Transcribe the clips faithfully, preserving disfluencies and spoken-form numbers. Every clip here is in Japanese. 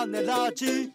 ネラジ。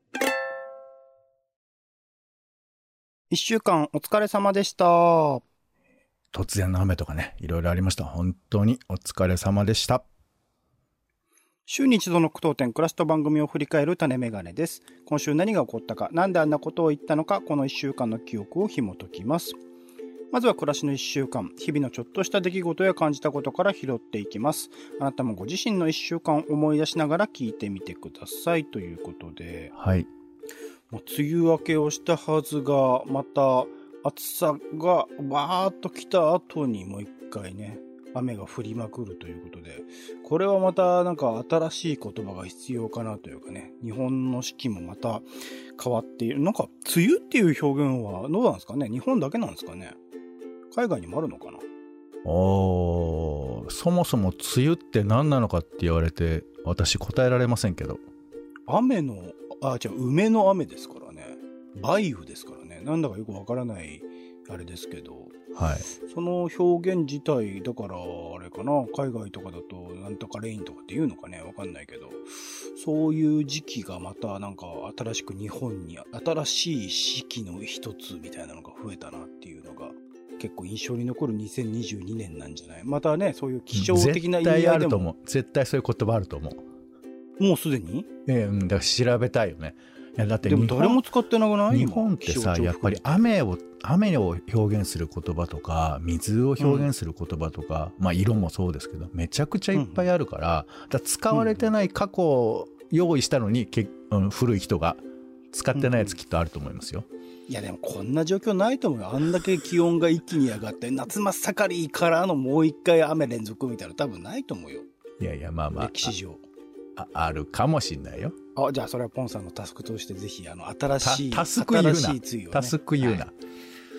一週間お疲れ様でした。 突然の雨とかね、いろいろありました。本当にお疲れ様でした。 週に一度の句読点、暮らしと番組を振り返る種メガネです。今週何が起こったか、なんであんなことを言ったのか、この一週間の記憶を紐解きます。まずは暮らしの一週間、日々のちょっとした出来事や感じたことから拾っていきます。あなたもご自身の一週間を思い出しながら聞いてみてくださいということで、 はい。 もう梅雨明けをしたはずが、また暑さがわーっと来た後にもう一回ね、雨が降りまくるということで、これはまたなんか新しい言葉が必要かなというかね、日本の四季もまた変わっている。なんか梅雨っていう表現はどうなんですかね、日本だけなんですかね、海外にもあるのかな。 おー、そもそも梅雨って何なのかって言われて私答えられませんけど、 雨の、あ、違う、梅の雨ですからね、梅雨ですからね、なんだかよくわからないあれですけど、 はい、 その表現自体だからあれかな、海外とかだとなんとかレインとかって言うのかね、わかんないけど、そういう時期がまたなんか新しく日本に新しい四季の一つみたいなのが増えたなっていうのが結構印象に残るにせんにじゅうにねんなんじゃない。またね、そういう気象的な意味合いでも絶対あると思う。絶対そういう言葉あると思う。 もうすでに、 ええ、うん、だから調べたいよね。いやだってでも誰も使ってなくない？ 日本ってさ、やっぱり雨を雨を表現する言葉とか水を表現する言葉とか、うん、まあ色もそうですけどめちゃくちゃいっぱいあるから、うん、だから使われてない過去を用意したのに、け、うん、古い人が使ってないやつきっとあると思いますよ。 うん、いやでもこんな状況ないと思うよ。あんだけ気温が一気に上がって夏真っ盛りからのもう一回雨連続みたいな多分ないと思うよ。 いやいや、まあまあ歴史上あ, あ, あるかもしんないよ。 あ、じゃあそれはポンさんのタスクとしてぜひあの新しいタスク言うな、 新しい梅雨を、ね、 タスク言うな、はい、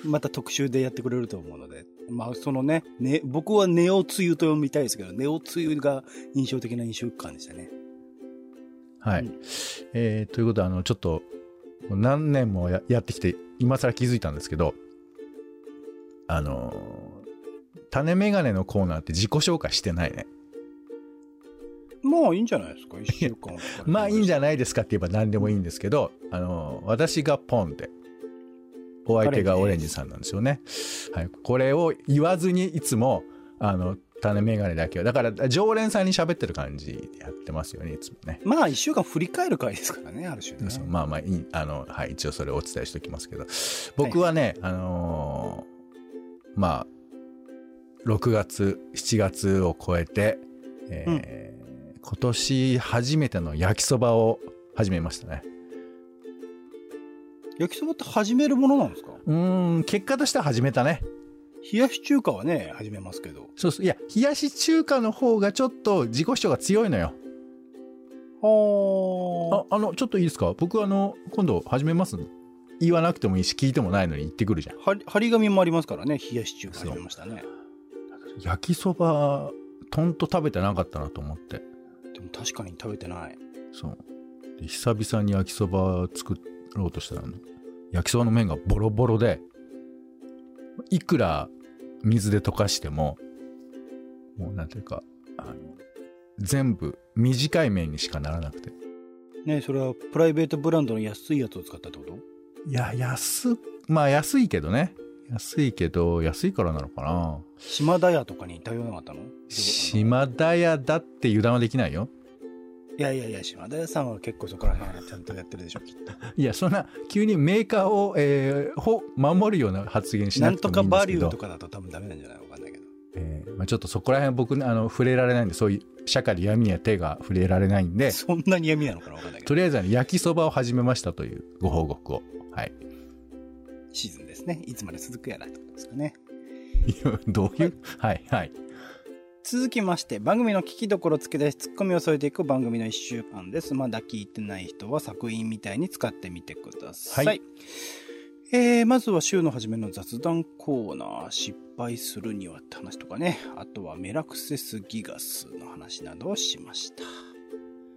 また特集でやってくれると思うので、まあそのね、ね、僕はネオ梅雨と読みたいですけど、ネオ梅雨が印象的な印象感でしたね。 はい、うん、えー、ということであのちょっと何年も や, やってきて今更気づいたんですけど、あの種メガネのコーナーって自己紹介してないね。 まあいいんじゃないですか、一週間まあいいんじゃないですかって言えば何でもいいんですけど、あの私がポンでお相手がオレンジさんなんですよね。はい、これを言わずにいつもあの種メガネだけはだから常連さんに喋ってる感じでやってますよね、いつもね。 まあ一週間振り返る回ですからね、ある種ね。 まあまあいい、あの、はい、一応それをお伝えしておきますけど、僕はね、はい、あのー、まあろくがつしちがつを超えて、えーうん、今年初めての焼きそばを始めましたね。 焼きそばって始めるものなんですか？ うーん、結果としては始めたね。 冷やし中華はね、始めますけど。 そうそう。いや、冷やし中華の方がちょっと自己主張が強いのよ。 はあ。あの、ちょっといいですか？僕あの、今度始めます。言わなくてもいいし、聞いてもないのに言ってくるじゃん。 は張り紙もありますからね、冷やし中華始めましたね。 焼きそば、とんと食べてなかったなと思って。 でも確かに食べてない。 そう。で久々に焼きそば作ろうとしたら、焼きそばの麺がボロボロで、いくら水で溶かしても、もうなんていうか、あの、全部短い麺にしかならなくて。 ねえ、それはプライベートブランドの安いやつを使ったってこと？ いや、安、まあ安いけどね。安いけど、安いからなのかな。 島田屋とかに頼らなかったの？ 島田屋だって油断はできないよ。 いやいやいや、島田屋さんは結構そこら辺ちゃんとやってるでしょ、きっと。 いや、そんな、急にメーカーを、えー、ほ守るような発言しなくてもいいんですけど。 なんとかバリューとかだと多分ダメなんじゃない？わかんないけど。 えーまあ、ちょっとそこら辺僕、あの、触れられないんで、そういう社会で闇には手が触れられないんで。 そんなに闇なのかな？わかんないけど。 とりあえず、ね、焼きそばを始めましたというご報告を。はい。 シーズンですね。いつまで続くやらってことですかね。 どういう、はい、はい、はい。 続きまして、番組の聞きどころ付け出しツッコミを添えていく番組のいっしゅうかんです。まだ聞いてない人は作品みたいに使ってみてください。はい、えー、まずは週の初めの雑談コーナー、失敗するにはって話とかね、あとはメラクセスギガスの話などをしました。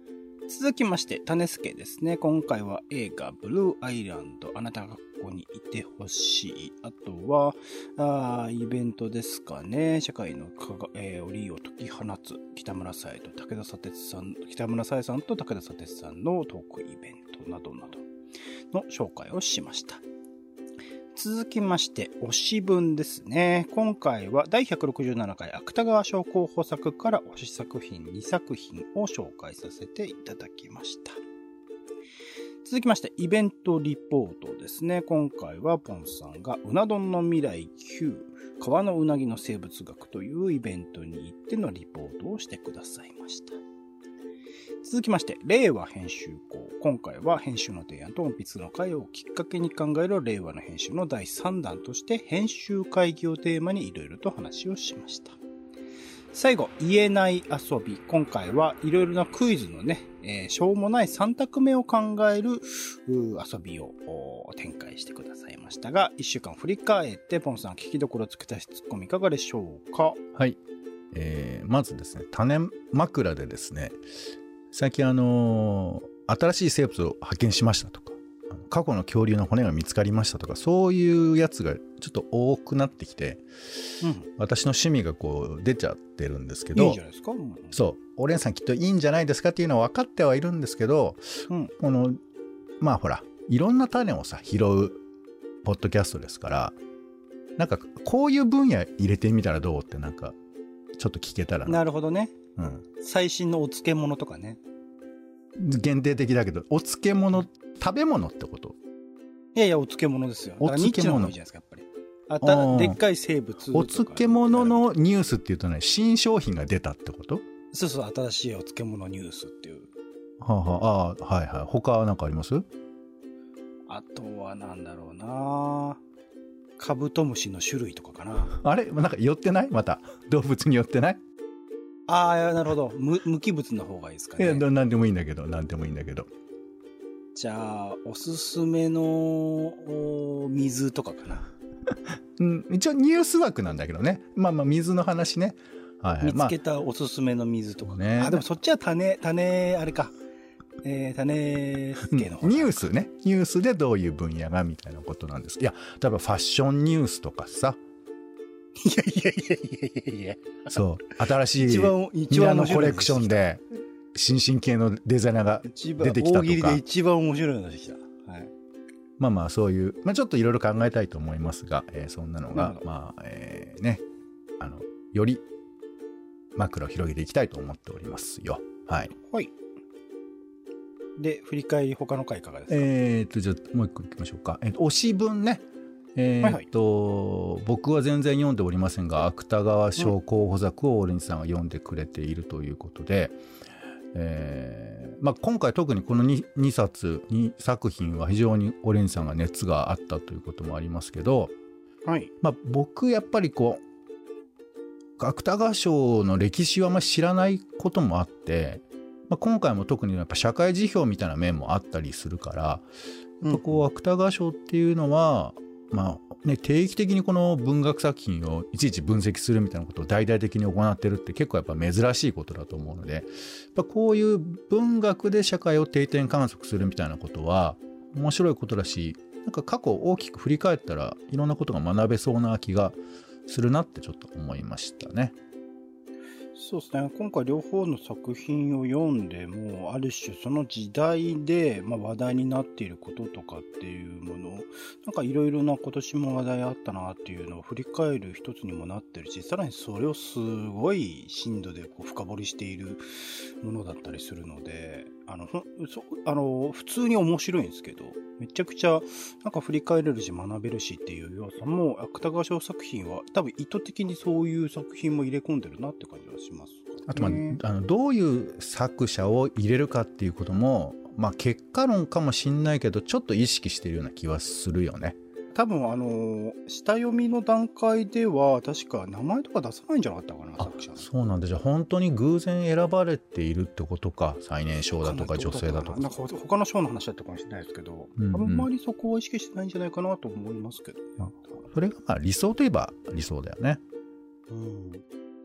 続きまして、種助ですね。今回は映画ブルーアイランド、あなたがここにいてほしい。あとは、あイベントですかね。社会のかが、えー、檻を解き放つ、北村沙耶と武田砂鉄さん、北村沙耶さんと武田砂鉄さんのトークイベントなどなどの紹介をしました。続きまして、推し文ですね。今回はだいひゃくろくじゅうななかい芥川賞候補作から推し作品にさくひんを紹介させていただきました。続きまして、イベントリポートですね。今回はポンさんがうな丼の未来きゅう川のうなぎの生物学というイベントに行ってのリポートをしてくださいました。続きまして、令和編集校。今回は編集の提案と音筆の会をきっかけに考える令和の編集のだいさんだんとして編集会議をテーマにいろいろと話をしました。最後、言えない遊び。今回はいろいろなクイズのね、えー、しょうもないさん択目を考える遊びを展開してくださいましたが、いっしゅうかん振り返ってポンさん聞きどころつけたしツッコミいかがでしょうか。 はい、えー、まずですね、種枕でですね、最近あのー、新しい生物を発見しましたとか、過去の恐竜の骨が見つかりましたとか、そういうやつがちょっと多くなってきて、うん、私の趣味がこう出ちゃってるんですけど、 いいんじゃないですか、うん、 そうおれんさんきっといいんじゃないですかっていうのは分かってはいるんですけど、うん、このまあほらいろんな種をさ拾うポッドキャストですから、なんかこういう分野入れてみたらどうってなんかちょっと聞けたらな。 なるほどね、 うん、 最新のお漬物とかね。 限定的だけど、お漬物、食べ物ってこと？ いやいや、お漬物ですよ。 お漬物。 ニッチの方がいいじゃないですか、やっぱり。あた、でっかい生物とか。 お漬物のニュースっていうとね、新商品が出たってこと？ そうそう、新しいお漬物ニュースっていう。 はあ、はあ、あはいはい。他は何かあります？ あとはなんだろうな、カブトムシの種類とかかな。 あれなんか寄ってない？また動物に寄ってない？ ああ、なるほど。無、無機物の方がいいですかね。 いや、何でもいいんだけど、何でもいいんだけど。 じゃあ、おすすめの水とかかな。 うん、一応ニュース枠なんだけどね。まあまあ、水の話ね。 はいはい、見つけたおすすめの水とか。まあ、ね。あ、でもそっちは種、種、あれか。えー、種系の方、 うん。ニュースね。ニュースでどういう分野がみたいなことなんです。いや、例えばファッションニュースとかさ。 いやいやいやいやいやいや。 そう。新しいミラノコレクションで新進系のデザイナーが出てきたとか。 大喜利で一番面白いのが出てきた。はい。 まあまあそういう、まあちょっといろいろ考えたいと思いますが、えー、そんなのが、まあ、えー、ね、あの、より枕を広げていきたいと思っておりますよ。はい。 はい。で、振り返り他の回いかがですか？ えーっと、じゃあもう一個いきましょうか。えー、推し文ね。えーっと、はいはい、僕は全然読んでおりませんが、芥川賞候補作をオレンジさんが読んでくれているということで、うん、えーまあ、今回特にこの 2, 2冊に作品は非常にオレンジさんが熱があったということもありますけど、 はいまあ、僕やっぱりこう芥川賞の歴史はあんまり知らないこともあって、まあ、今回も特にやっぱ社会辞表みたいな面もあったりするから、うん、こう芥川賞っていうのはまあね、定期的にこの文学作品をいちいち分析するみたいなことを大々的に行ってるって結構やっぱ珍しいことだと思うので、やっぱこういう文学で社会を定点観測するみたいなことは面白いことだし、なんか過去を大きく振り返ったらいろんなことが学べそうな気がするなってちょっと思いましたね。 そうですね。今回両方の作品を読んでも、ある種その時代で、まあ、話題になっていることとかっていうもの、なんかいろいろな今年も話題あったなっていうのを振り返る一つにもなってるし、さらにそれをすごい深度でこう深掘りしているものだったりするので、あの、ほそあの普通に面白いんですけど、めちゃくちゃなんか振り返れるし学べるしっていう要素も芥川賞作品は多分意図的にそういう作品も入れ込んでるなって感じはします、ね。 あと、まあ、あのどういう作者を入れるかっていうことも、まあ、結果論かもしんないけどちょっと意識してるような気はするよね。 多分あの下読みの段階では確か名前とか出さないんじゃなかったかな、作者。 そうなんだ。じゃあ本当に偶然選ばれているってことか。最年少だとか女性だとか。 なんか他の賞の話だったかもしれないですけど、うんうん、あんまりそこを意識してないんじゃないかなと思いますけど、ね、 それがまあ理想といえば理想だよね。 うん。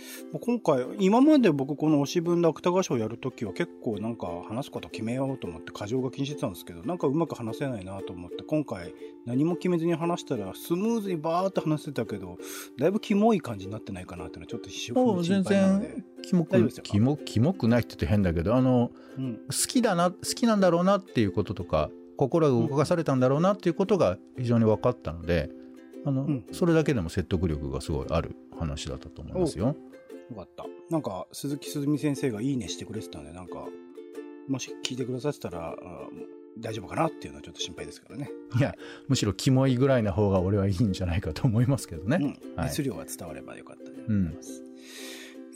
今回、今まで僕この推し分で芥川賞やるときは結構なんか話すこと決めようと思って過剰書きにしてたんですけど、なんかうまく話せないなと思って、今回何も決めずに話したらスムーズにバーって話せたけど、だいぶキモい感じになってないかなっていうのはちょっと一瞬心配なので。 全然キモく、キモ、キモくないって言って変だけど、あの、うん、好きだな、好きなんだろうなっていうこととか、心が動かされたんだろうなっていうことが非常に分かったので、あの、うん、それだけでも説得力がすごいある話だったと思いますよ。 よかった。なんか鈴木すずみ先生がいいねしてくれてたんで、なんかもし聞いてくださってたら大丈夫かなっていうのはちょっと心配ですからね。 いや、むしろキモいぐらいな方が俺はいいんじゃないかと思いますけどね。 うん、はい、熱量が伝わればよかったと思います。うん、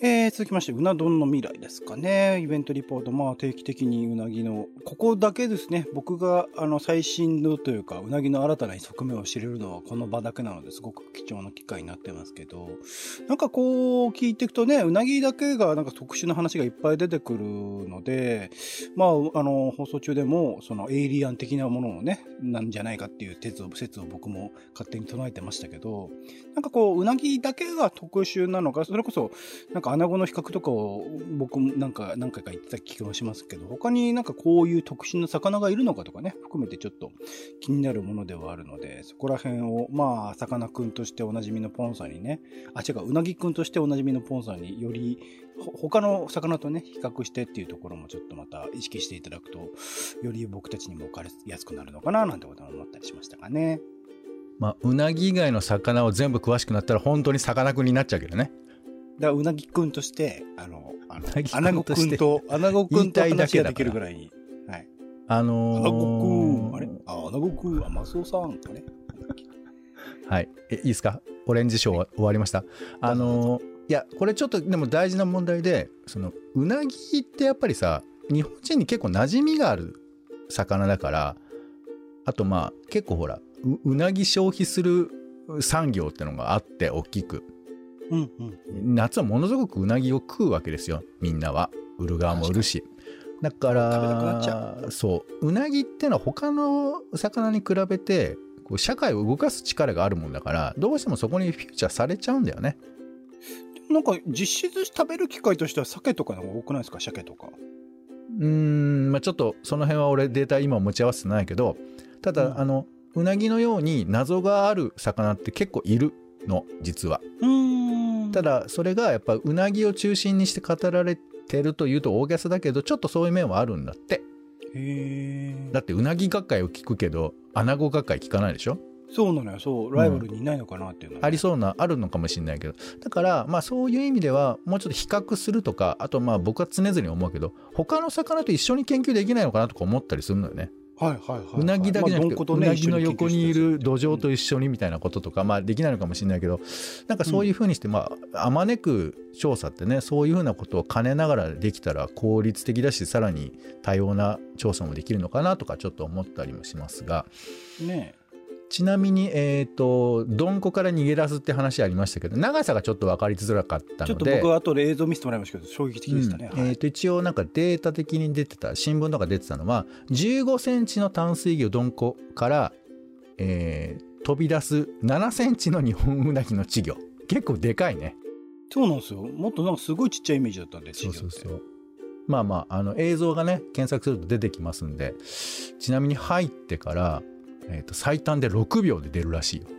えー、続きまして、うな丼の未来ですかね。イベントリポート、まあ定期的にうなぎの、ここだけですね。僕があの最新のというか、うなぎの新たな側面を知れるのはこの場だけなのですごく貴重な機会になってますけど、なんかこう聞いていくとね、うなぎだけがなんか特殊な話がいっぱい出てくるので、まあ、あの、放送中でも、そのエイリアン的なものをね、なんじゃないかっていう説を、説を僕も勝手に唱えてましたけど、なんかこう、うなぎだけが特殊なのか、それこそ、なんか穴子の比較とかを僕なんか何回か言ってた気がしますけど、他になんかこういう特殊な魚がいるのかとかね、含めてちょっと気になるものではあるので、そこら辺をまあさかなクンとしておなじみのポンさんにね、あ違ううなぎくんとしておなじみのポンさんにより他の魚とね比較してっていうところもちょっとまた意識していただくと、より僕たちにも分かりやすくなるのかななんてことも思ったりしましたかね。 まあうなぎ以外の魚を全部詳しくなったら本当にさかなクンになっちゃうけどね。 だからうなぎくんとしてあのあのアナゴくんとアナゴくんと話ができるぐらいに、はい、あのー、アナゴくんあれあアナゴくんあマスオさんあれはいえいいですか。オレンジショーは終わりました。あのー、いやこれちょっとでも大事な問題で、そのうなぎってやっぱりさ日本人に結構馴染みがある魚だから、あとまあ結構ほら う, うなぎ消費する産業ってのがあって大きく、うんうん、夏はものすごくうなぎを食うわけですよ。みんなは売る側も売るし、だからそううなぎってのは他の魚に比べてこう社会を動かす力があるもんだから、どうしてもそこにフューチャーされちゃうんだよね。 でもなんか実質食べる機会としては鮭とかの方が多くないですか。鮭とかうーん、まあ、ちょっとその辺は俺データ今持ち合わせてないけど、ただ、うん、あのうなぎのように謎がある魚って結構いるの実は。うーん、ただそれがやっぱうなぎを中心にして語られてるというと大げさだけど、ちょっとそういう面はあるんだって。へー。だってうなぎ学会を聞くけどアナゴ学会聞かないでしょ。 そうなのよ。そうライバルにいないのかなっていうのは、 うん、ありそうなあるのかもしれないけど、だからまあそういう意味ではもうちょっと比較するとか、あとまあ僕は常々思うけど他の魚と一緒に研究できないのかなとか思ったりするのよね。はいはいはいはい、うなぎだけじゃなくて、まあね、うなぎの横にいる土壌と一緒にみたいなこととか、まあできないのかもしれないけど、なんかそういうふうにして、まああまねく調査ってね、そういうふうなことを兼ねながらできたら効率的だし、さらに多様な調査もできるのかなとかちょっと思ったりもしますが、ねえ、ちなみに、えっと、どんこから逃げ出すって話ありましたけど、長さがちょっと分かりづらかったので、 ちょっと僕は後で映像見せてもらいましたけど、衝撃的でしたね。 うん、えっと、一応なんかデータ的に出てた、新聞とか出てたのは、じゅうごセンチの淡水魚どんこから、えー、飛び出すななセンチのニホンウナギの稚魚。結構でかいね。 そうなんですよ。もっとなんかすごいちっちゃいイメージだったんで、稚魚って。そうそうそう。 まあまあ、あの映像がね、検索すると出てきますんで、ちなみに入ってから、えー、と最短でろくびょうで出るらしいよ。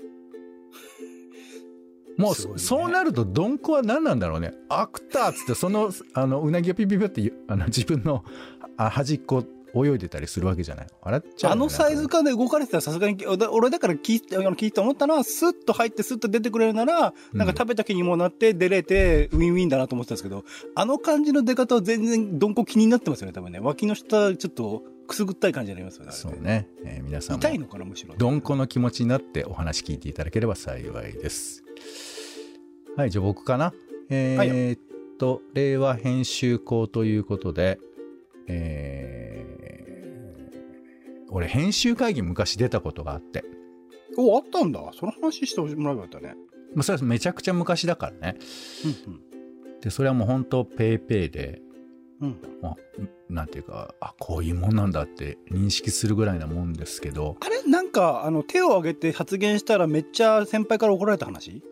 もう、ね、そうなるとどんこは何なんだろうね。アクターっつってそのあのうなぎがピピピってあの自分の端っこ泳いでたりするわけじゃないの。笑っちゃう、ね、 あのサイズ感で動かれてたらさすがに俺だから聞いて聞いて思ったのは、スッと入ってスッと出てくれるなら、うん、なんか食べた気にもなって出れてウィンウィンだなと思ってたんですけど、あの感じの出方は全然どんこ気になってますよね。多分ね、脇の下ちょっとくすぐったい感じになりますよね。 そうね、えー、皆さんも痛いのかな、むしろどんこの気持ちになってお話聞いていただければ幸いです。はい、じゃあ僕かな。えー、っと、はい、令和編集校ということで、えー、俺編集会議昔出たことがあって。 お、あったんだ。その話してもらえばよかったね。 まあ、それはめちゃくちゃ昔だからね。うんうん、でそれはもう本当ペイペイで、うん、まあ、なんていうか、あ、こういうもんなんだって認識するぐらいなもんですけど、 あれなんかあの手を挙げて発言したらめっちゃ先輩から怒られた話。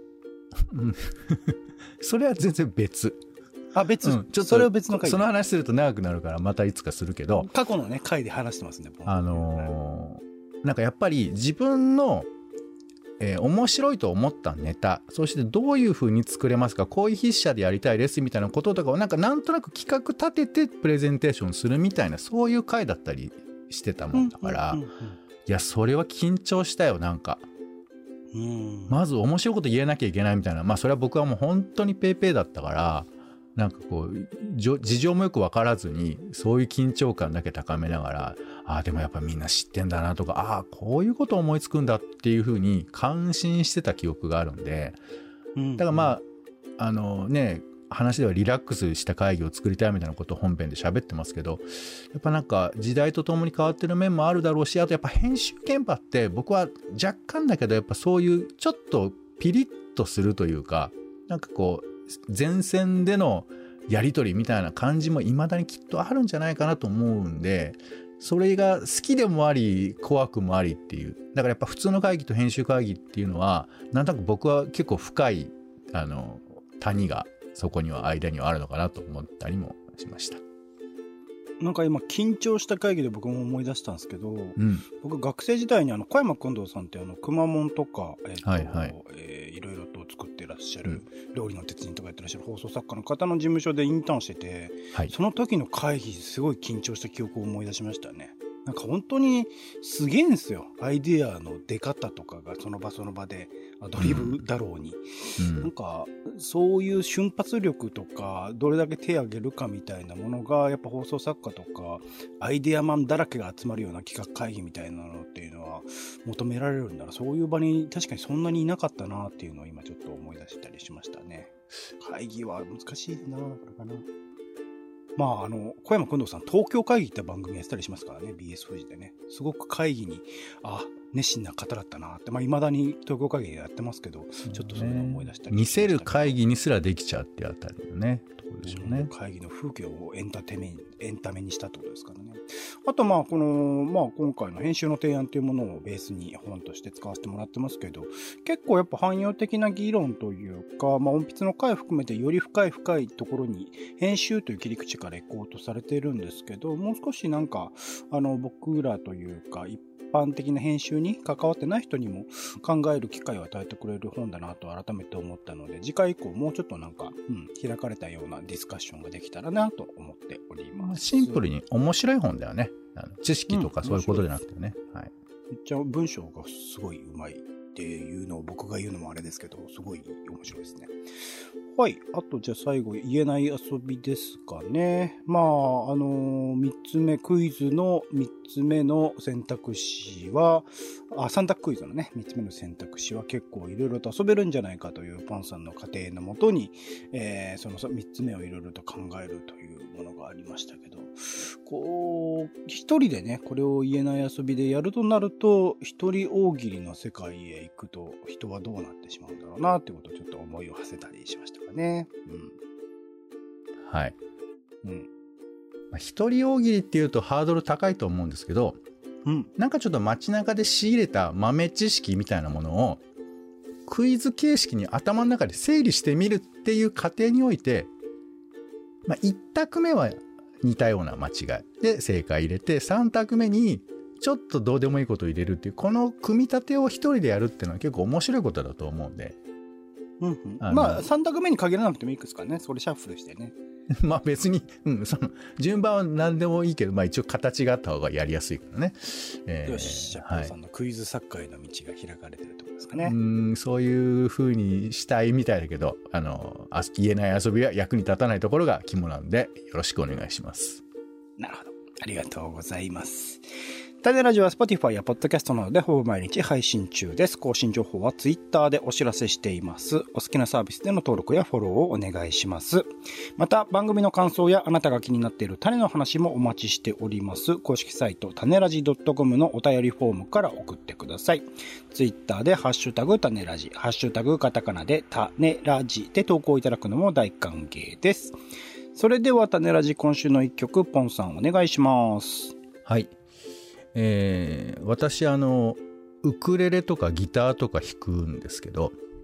それは全然別。 あ、別、 うん、ちょっとそれを別の回でその話すると長くなるからまたいつかするけど、 過去のね回で話してますね。 あのー、なんかやっぱり自分の、えー、面白いと思ったネタ、そしてどういう風に作れますか、こういう筆者でやりたいですみたいなこととかをなんかなんとなく企画立ててプレゼンテーションするみたいな、そういう回だったりしてたもんだから、うんうんうんうん、いやそれは緊張したよ。なんかうんまず面白いこと言えなきゃいけないみたいな、まあそれは僕はもう本当にペーペーだったから、なんかこう事情もよく分からずにそういう緊張感だけ高めながら、ああでもやっぱみんな知ってんだなとか、ああこういうこと思いつくんだっていう風に感心してた記憶があるんで、だからまああのね話ではリラックスした会議を作りたいみたいなことを本編で喋ってますけど、やっぱなんか時代とともに変わってる面もあるだろうし、あとやっぱ編集現場って僕は若干だけどやっぱそういうちょっとピリッとするというか、なんかこう前線でのやり取りみたいな感じも未だにきっとあるんじゃないかなと思うんで、それが好きでもあり怖くもありっていう、だからやっぱ普通の会議と編集会議っていうのはなんとなく僕は結構深いあの谷がそこには間にはあるのかなと思ったりもしました。 なんか今緊張した会議で僕も思い出したんですけど、うん、僕学生時代にあの小山君堂さんってあのくまモンとか、えーとはいはいえー、いろいろと作ってらっしゃる、うん、料理の鉄人とかやってらっしゃる放送作家の方の事務所でインターンしてて、はい、その時の会議すごい緊張した記憶を思い出しましたね。なんか本当にすげえんすよ。アイデアの出方とかがその場その場でアドリブだろうに、うん、なんかそういう瞬発力とかどれだけ手を挙げるかみたいなものがやっぱ放送作家とかアイデアマンだらけが集まるような企画会議みたいなのっていうのは求められるんだな、そういう場に確かにそんなにいなかったなっていうのを今ちょっと思い出したりしましたね。会議は難しいな、これかな。まあ、あの、小山君堂さん、東京会議って番組やってたりしますからね、ビーエス 富士でね。すごく会議に、あ、熱心な方だったなって、まあ、未だに東京会議でやってますけど、ちょっとそういうのを思い出したり、ね。見せる会議にすらできちゃうってあたりのね、ところでしょうね。 会議の風景をエンターテイメント、エンタメにしたってことですからね。あと、まあ、この、まあ、今回の編集の提案というものをベースに本として使わせてもらってますけど、結構やっぱ汎用的な議論というか、まあ、音筆の回含めてより深い深いところに編集という切り口から行こうとされているんですけど、もう少しなんか、あの、僕らというか、一般的な編集に関わってない人にも考える機会を与えてくれる本だなと改めて思ったので、次回以降もうちょっとなんか、うん、開かれたようなディスカッションができたらなと思っております。 シンプルに面白い本だよね。あの知識とかそういうことじゃなくてね。うん、はい。 めっちゃ文章がすごい上手いっていうのを僕が言うのもあれですけど、すごい面白いですね。はい。あと、じゃあ最後、言えない遊びですかね。まあ、あのー、みっつめ、クイズのみっつめの選択肢は、あ、さん択クイズのね、みっつめの選択肢は結構いろいろと遊べるんじゃないかというポンさんの過程のもとに、えー、そのみっつめをいろいろと考えるというものがありましたけど、こう、一人でね、これを言えない遊びでやるとなると、一人大喜利の世界へ行くと人はどうなってしまうんだろうなってことをちょっと思いを馳せたりしましたかね。うん。 はい。 うん。 まあ、一人大喜利っていうとハードル高いと思うんですけど、うん。なんかちょっと街中で仕入れた豆知識みたいなものをクイズ形式に頭の中で整理してみるっていう過程において、まあ、いち択目は似たような間違いで正解入れて、さん択目にちょっとどうでもいいことを入れるっていう、この組み立てを一人でやるっていうのは結構面白いことだと思うんで。 うんうん、まあさん択目に限らなくてもいいですかね。それシャッフルしてね。 まあ別に、うん、その順番は何でもいいけど、まあ一応形があった方がやりやすいからね。 えー、よし、じゃあ、はい、さんのクイズ作家への道が開かれてるってことですかね。 うん、そういう風にしたいみたいだけど、あの言えない遊びは役に立たないところが肝なんで、よろしくお願いします。 なるほど、ありがとうございます。種ラジオは Spotify や Podcast などでほぼ毎日配信中です。更新情報は Twitter でお知らせしています。お好きなサービスでの登録やフォローをお願いします。また番組の感想やあなたが気になっている種の話もお待ちしております。公式サイト種ラジ .com のお便りフォームから送ってください。Twitter でハッシュタグ種ラジ、ハッシュタグカタカナで種ラジで投稿いただくのも大歓迎です。それでは種ラジ今週の一曲、ポンさんお願いします。 はい。えー、私あのウクレレとかギターとか弾くんですけど、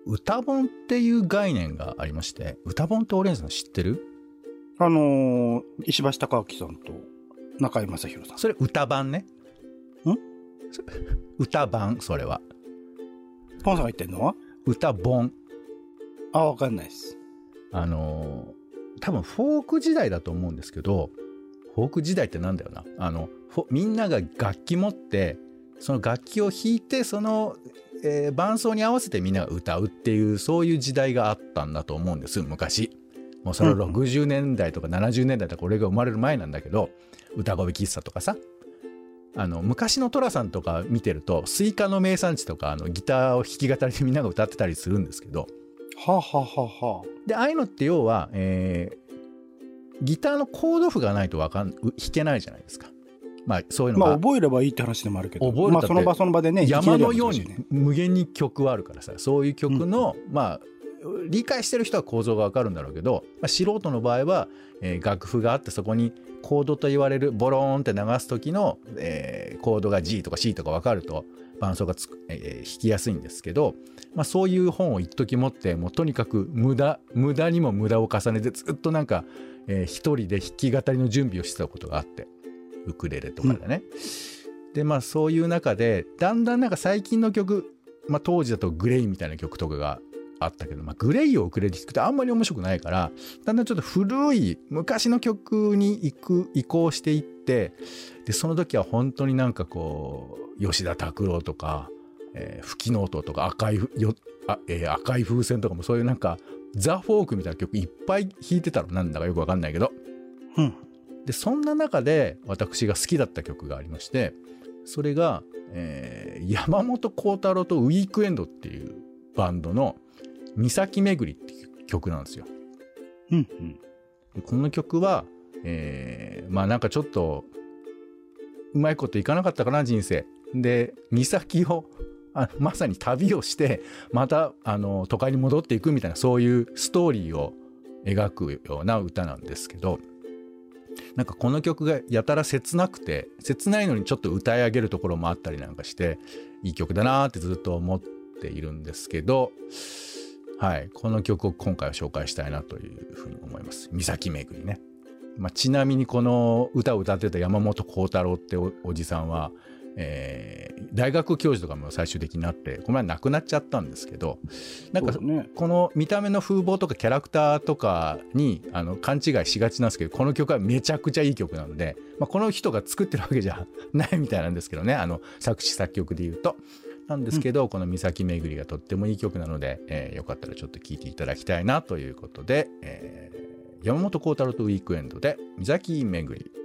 歌本っていう概念がありまして、歌本ってオレンジさん知ってる？ あのー、石橋貴明さんと中井正広さん。 それ歌版ね。 ん？ 歌版、それは。 ポンさんが言ってんのは歌本。 あ、わかんないです。 あのー、多分フォーク時代だと思うんですけど、フォーク時代ってなんだよな。あの、みんなが楽器持って、その楽器を弾いて、その、えー、伴奏に合わせてみんなが歌うっていう、そういう時代があったんだと思うんです、昔。もうそのろくじゅうねんだいとかななじゅうねんだいとか俺が生まれる前なんだけど、歌声喫茶とかさ、あの昔の寅さんとか見てるとスイカの名産地とかあのギターを弾き語りでみんなが歌ってたりするんですけど、 はあ、はあははあ、 でああいうのって要は、えー、ギターのコード譜がないとわかん弾けないじゃないですか。まあそういうのが、 まあ覚えればいいって話でもあるけど、 覚えるまあその場その場でね、 山のように無限に曲はあるからさ、そういう曲の、うん、まあ理解してる人は構造がわかるんだろうけど、まあ、素人の場合は、えー、楽譜があってそこにコードと言われるボローンって流す時の、えー、コードが G とか C とか分かると伴奏がつく、えー、弾きやすいんですけど、まあ、そういう本を一時持ってもうとにかく無駄無駄にも無駄を重ねてずっとなんか、えー、一人で弾き語りの準備をしてたことがあって、ウクレレとかでね、うん、でまあそういう中でだんだんなんか最近の曲、まあ、当時だとグレイみたいな曲とかがあったけど、まあ、グレイをウクレレで弾くとあんまり面白くないから、だんだんちょっと古い昔の曲に行く移行していって、でその時は本当になんかこう吉田拓郎とか、えー、吹きの音とか赤いよあ、えー、赤い風船とかもそういうなんかザ・フォークみたいな曲いっぱい弾いてたの、なんだかよくわかんないけど、 うん、 でそんな中で私が好きだった曲がありまして、それが、えー、山本幸太郎とウィークエンドっていうバンドの岬めぐりっていう曲なんですよ。 うんうん、 でこの曲は、えー、まあなんかちょっとうまいこといかなかったかな人生で、岬をあまさに旅をしてまたあの都会に戻っていくみたいな、そういうストーリーを描くような歌なんですけど、なんかこの曲がやたら切なくて、切ないのにちょっと歌い上げるところもあったりなんかしていい曲だなってずっと思っているんですけど、はい、この曲を今回は紹介したいなというふうに思います。岬めぐりね。まあ、ちなみにこの歌を歌ってた山本幸太郎って お, おじさんは、えー、大学教授とかも最終的になってこの前亡くなっちゃったんですけど、なんか、ね、この見た目の風貌とかキャラクターとかにあの勘違いしがちなんですけど、この曲はめちゃくちゃいい曲なので、まあ、この人が作ってるわけじゃないみたいなんですけどね、あの作詞作曲で言うとなんですけど、うん、この岬めぐりがとってもいい曲なので、えー、よかったらちょっと聴いていただきたいなということで、えー、山本幸太郎とウィークエンドで岬めぐり。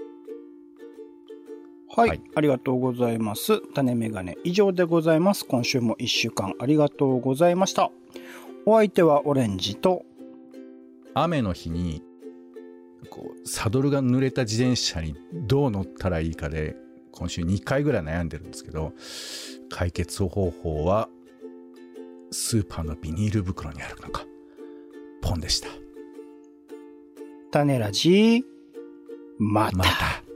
はい、はい、ありがとうございます。種メガネ以上でございます。今週もいっしゅうかんありがとうございました。お相手はオレンジと、 雨の日にこうサドルが濡れた自転車にどう乗ったらいいかで今週にかいぐらい悩んでるんですけど、解決方法はスーパーのビニール袋にあるのか、ポンでした。 種ラジまた。 また